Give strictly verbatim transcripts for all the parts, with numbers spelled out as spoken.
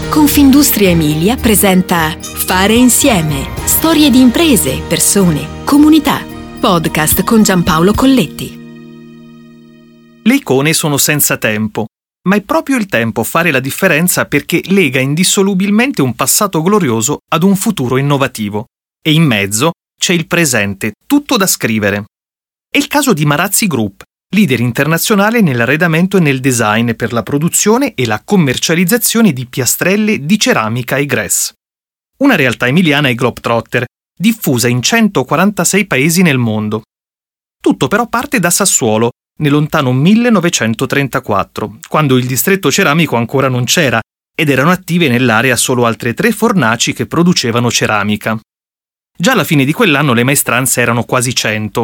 Confindustria Emilia presenta Fare insieme. Storie di imprese, persone, comunità. Podcast con Giampaolo Colletti. Le icone sono senza tempo, ma è proprio il tempo a fare la differenza perché lega indissolubilmente un passato glorioso ad un futuro innovativo. E in mezzo c'è il presente, tutto da scrivere. È il caso di Marazzi Group, leader internazionale nell'arredamento e nel design per la produzione e la commercializzazione di piastrelle di ceramica e grès. Una realtà emiliana e globetrotter, diffusa in centoquarantasei paesi nel mondo. Tutto però parte da Sassuolo, nel lontano millenovecentotrentaquattro, quando il distretto ceramico ancora non c'era ed erano attive nell'area solo altre tre fornaci che producevano ceramica. Già alla fine di quell'anno le maestranze erano quasi cento.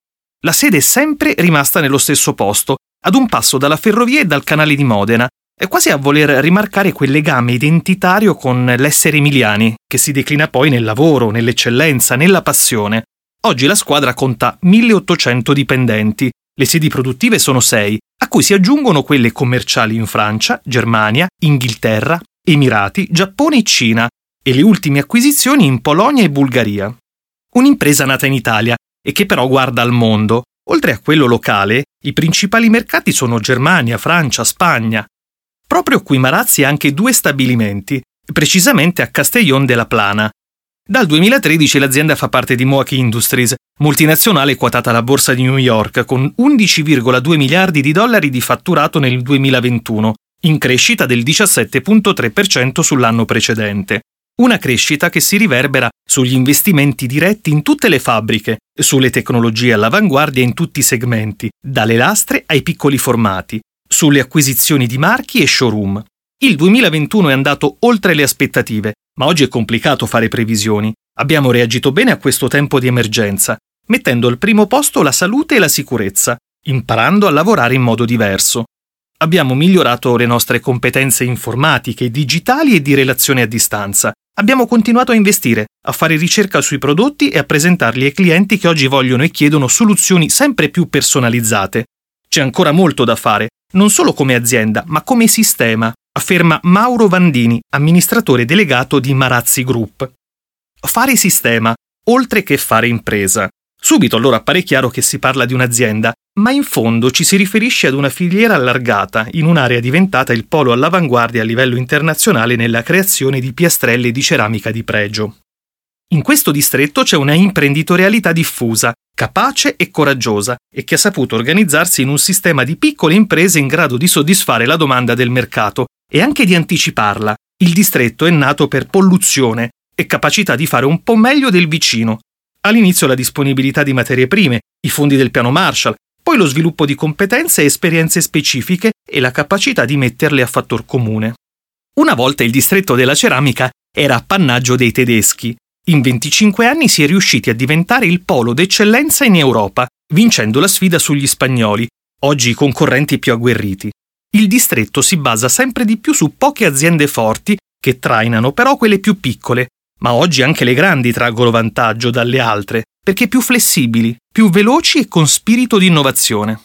La sede è sempre rimasta nello stesso posto, ad un passo dalla ferrovia e dal canale di Modena, è quasi a voler rimarcare quel legame identitario con l'essere emiliani, che si declina poi nel lavoro, nell'eccellenza, nella passione. Oggi la squadra conta milleottocento dipendenti, le sedi produttive sono sei, a cui si aggiungono quelle commerciali in Francia, Germania, Inghilterra, Emirati, Giappone e Cina, e le ultime acquisizioni in Polonia e Bulgaria. Un'impresa nata in Italia e che però guarda al mondo. Oltre a quello locale, i principali mercati sono Germania, Francia, Spagna. Proprio qui Marazzi ha anche due stabilimenti, precisamente a Castellón de la Plana. Dal duemilatredici l'azienda fa parte di Moac Industries, multinazionale quotata alla borsa di New York, con undici virgola due miliardi di dollari di fatturato nel duemilaventuno, in crescita del diciassette virgola tre per cento sull'anno precedente. Una crescita che si riverbera sugli investimenti diretti in tutte le fabbriche, sulle tecnologie all'avanguardia in tutti i segmenti, dalle lastre ai piccoli formati, sulle acquisizioni di marchi e showroom. Il duemilaventuno è andato oltre le aspettative, ma oggi è complicato fare previsioni. Abbiamo reagito bene a questo tempo di emergenza, mettendo al primo posto la salute e la sicurezza, imparando a lavorare in modo diverso. Abbiamo migliorato le nostre competenze informatiche, digitali e di relazione a distanza. Abbiamo continuato a investire, a fare ricerca sui prodotti e a presentarli ai clienti che oggi vogliono e chiedono soluzioni sempre più personalizzate. C'è ancora molto da fare, non solo come azienda, ma come sistema, afferma Mauro Vandini, amministratore delegato di Marazzi Group. Fare sistema, oltre che fare impresa. Subito allora appare chiaro che si parla di un'azienda, ma in fondo ci si riferisce ad una filiera allargata, in un'area diventata il polo all'avanguardia a livello internazionale nella creazione di piastrelle di ceramica di pregio. In questo distretto c'è una imprenditorialità diffusa, capace e coraggiosa, e che ha saputo organizzarsi in un sistema di piccole imprese in grado di soddisfare la domanda del mercato e anche di anticiparla. Il distretto è nato per polluzione e capacità di fare un po' meglio del vicino. All'inizio la disponibilità di materie prime, i fondi del piano Marshall, poi lo sviluppo di competenze e esperienze specifiche e la capacità di metterle a fattor comune. Una volta il distretto della ceramica era appannaggio dei tedeschi. In venticinque anni si è riusciti a diventare il polo d'eccellenza in Europa, vincendo la sfida sugli spagnoli, oggi i concorrenti più agguerriti. Il distretto si basa sempre di più su poche aziende forti che trainano però quelle più piccole, ma oggi anche le grandi traggono vantaggio dalle altre, perché più flessibili, più veloci e con spirito di innovazione.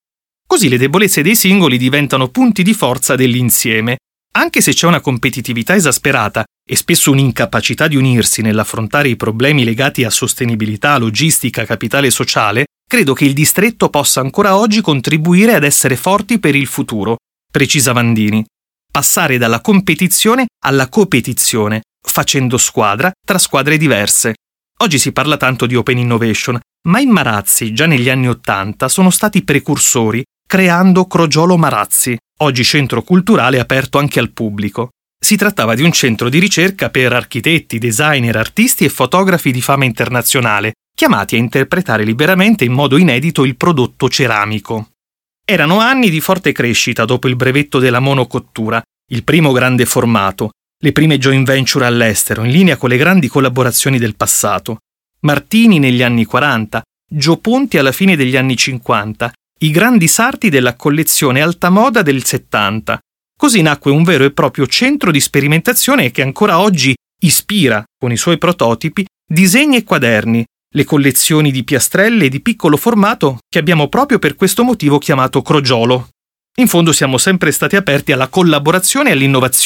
Così le debolezze dei singoli diventano punti di forza dell'insieme, anche se c'è una competitività esasperata e spesso un'incapacità di unirsi nell'affrontare i problemi legati a sostenibilità, logistica, capitale sociale, credo che il distretto possa ancora oggi contribuire ad essere forti per il futuro, precisa Vandini. Passare dalla competizione alla coopetizione, facendo squadra tra squadre diverse. Oggi si parla tanto di Open Innovation, ma in Marazzi, già negli anni Ottanta, sono stati precursori, creando Crogiolo Marazzi, oggi centro culturale aperto anche al pubblico. Si trattava di un centro di ricerca per architetti, designer, artisti e fotografi di fama internazionale, chiamati a interpretare liberamente in modo inedito il prodotto ceramico. Erano anni di forte crescita dopo il brevetto della monocottura, il primo grande formato, le prime joint venture all'estero, in linea con le grandi collaborazioni del passato. Martini negli anni quaranta, Gio Ponti alla fine degli anni cinquanta, i grandi sarti della collezione alta moda del settanta. Così nacque un vero e proprio centro di sperimentazione che ancora oggi ispira, con i suoi prototipi, disegni e quaderni, le collezioni di piastrelle e di piccolo formato che abbiamo proprio per questo motivo chiamato Crogiolo. In fondo siamo sempre stati aperti alla collaborazione e all'innovazione,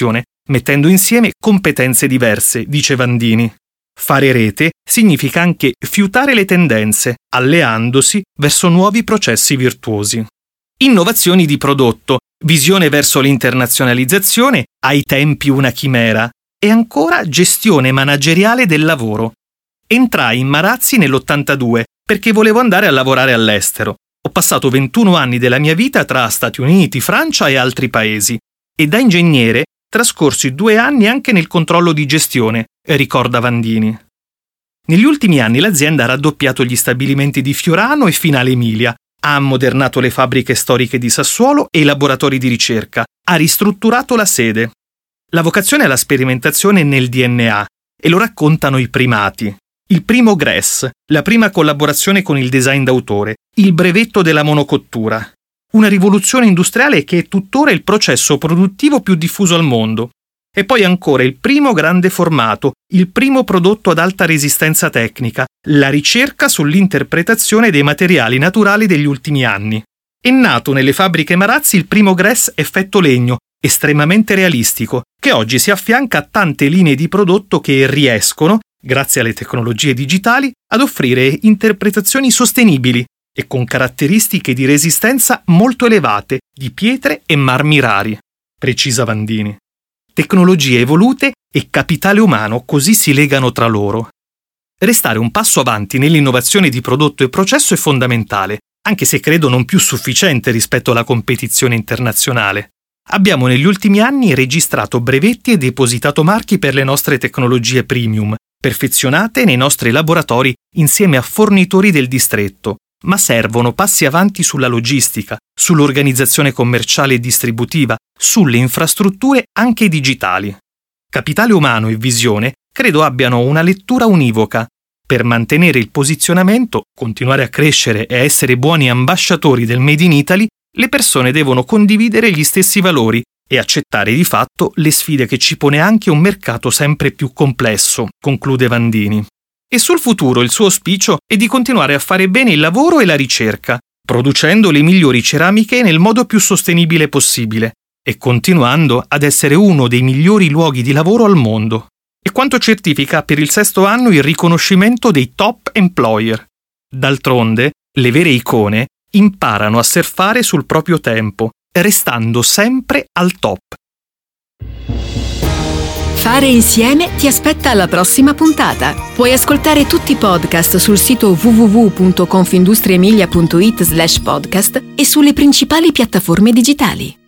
mettendo insieme competenze diverse, dice Vandini. Fare rete significa anche fiutare le tendenze, alleandosi verso nuovi processi virtuosi. Innovazioni di prodotto, visione verso l'internazionalizzazione, ai tempi una chimera, e ancora gestione manageriale del lavoro. Entrai in Marazzi nell'ottantadue perché volevo andare a lavorare all'estero. Ho passato ventuno anni della mia vita tra Stati Uniti, Francia e altri paesi e da ingegnere trascorsi due anni anche nel controllo di gestione, ricorda Vandini. Negli ultimi anni l'azienda ha raddoppiato gli stabilimenti di Fiorano e Finale Emilia, ha ammodernato le fabbriche storiche di Sassuolo e i laboratori di ricerca, ha ristrutturato la sede. La vocazione alla sperimentazione è nel D N A e lo raccontano i primati. Il primo G R E S, la prima collaborazione con il design d'autore, il brevetto della monocottura. Una rivoluzione industriale che è tuttora il processo produttivo più diffuso al mondo. E poi ancora il primo grande formato, il primo prodotto ad alta resistenza tecnica, la ricerca sull'interpretazione dei materiali naturali degli ultimi anni. È nato nelle fabbriche Marazzi il primo G R E S effetto legno, estremamente realistico, che oggi si affianca a tante linee di prodotto che riescono, grazie alle tecnologie digitali, ad offrire interpretazioni sostenibili e con caratteristiche di resistenza molto elevate di pietre e marmi rari, precisa Vandini. Tecnologie evolute e capitale umano così si legano tra loro. Restare un passo avanti nell'innovazione di prodotto e processo è fondamentale, anche se credo non più sufficiente rispetto alla competizione internazionale. Abbiamo negli ultimi anni registrato brevetti e depositato marchi per le nostre tecnologie premium, perfezionate nei nostri laboratori insieme a fornitori del distretto, ma servono passi avanti sulla logistica, sull'organizzazione commerciale e distributiva, sulle infrastrutture anche digitali. Capitale umano e visione credo abbiano una lettura univoca. Per mantenere il posizionamento, continuare a crescere e a essere buoni ambasciatori del Made in Italy, le persone devono condividere gli stessi valori e accettare di fatto le sfide che ci pone anche un mercato sempre più complesso, conclude Vandini. E sul futuro il suo auspicio è di continuare a fare bene il lavoro e la ricerca, producendo le migliori ceramiche nel modo più sostenibile possibile e continuando ad essere uno dei migliori luoghi di lavoro al mondo. E quanto certifica per il sesto anno il riconoscimento dei top employer. D'altronde, le vere icone imparano a surfare sul proprio tempo, restando sempre al top. Fare insieme ti aspetta alla prossima puntata. Puoi ascoltare tutti i podcast sul sito w w w punto confindustriemilia punto it slash podcast e sulle principali piattaforme digitali.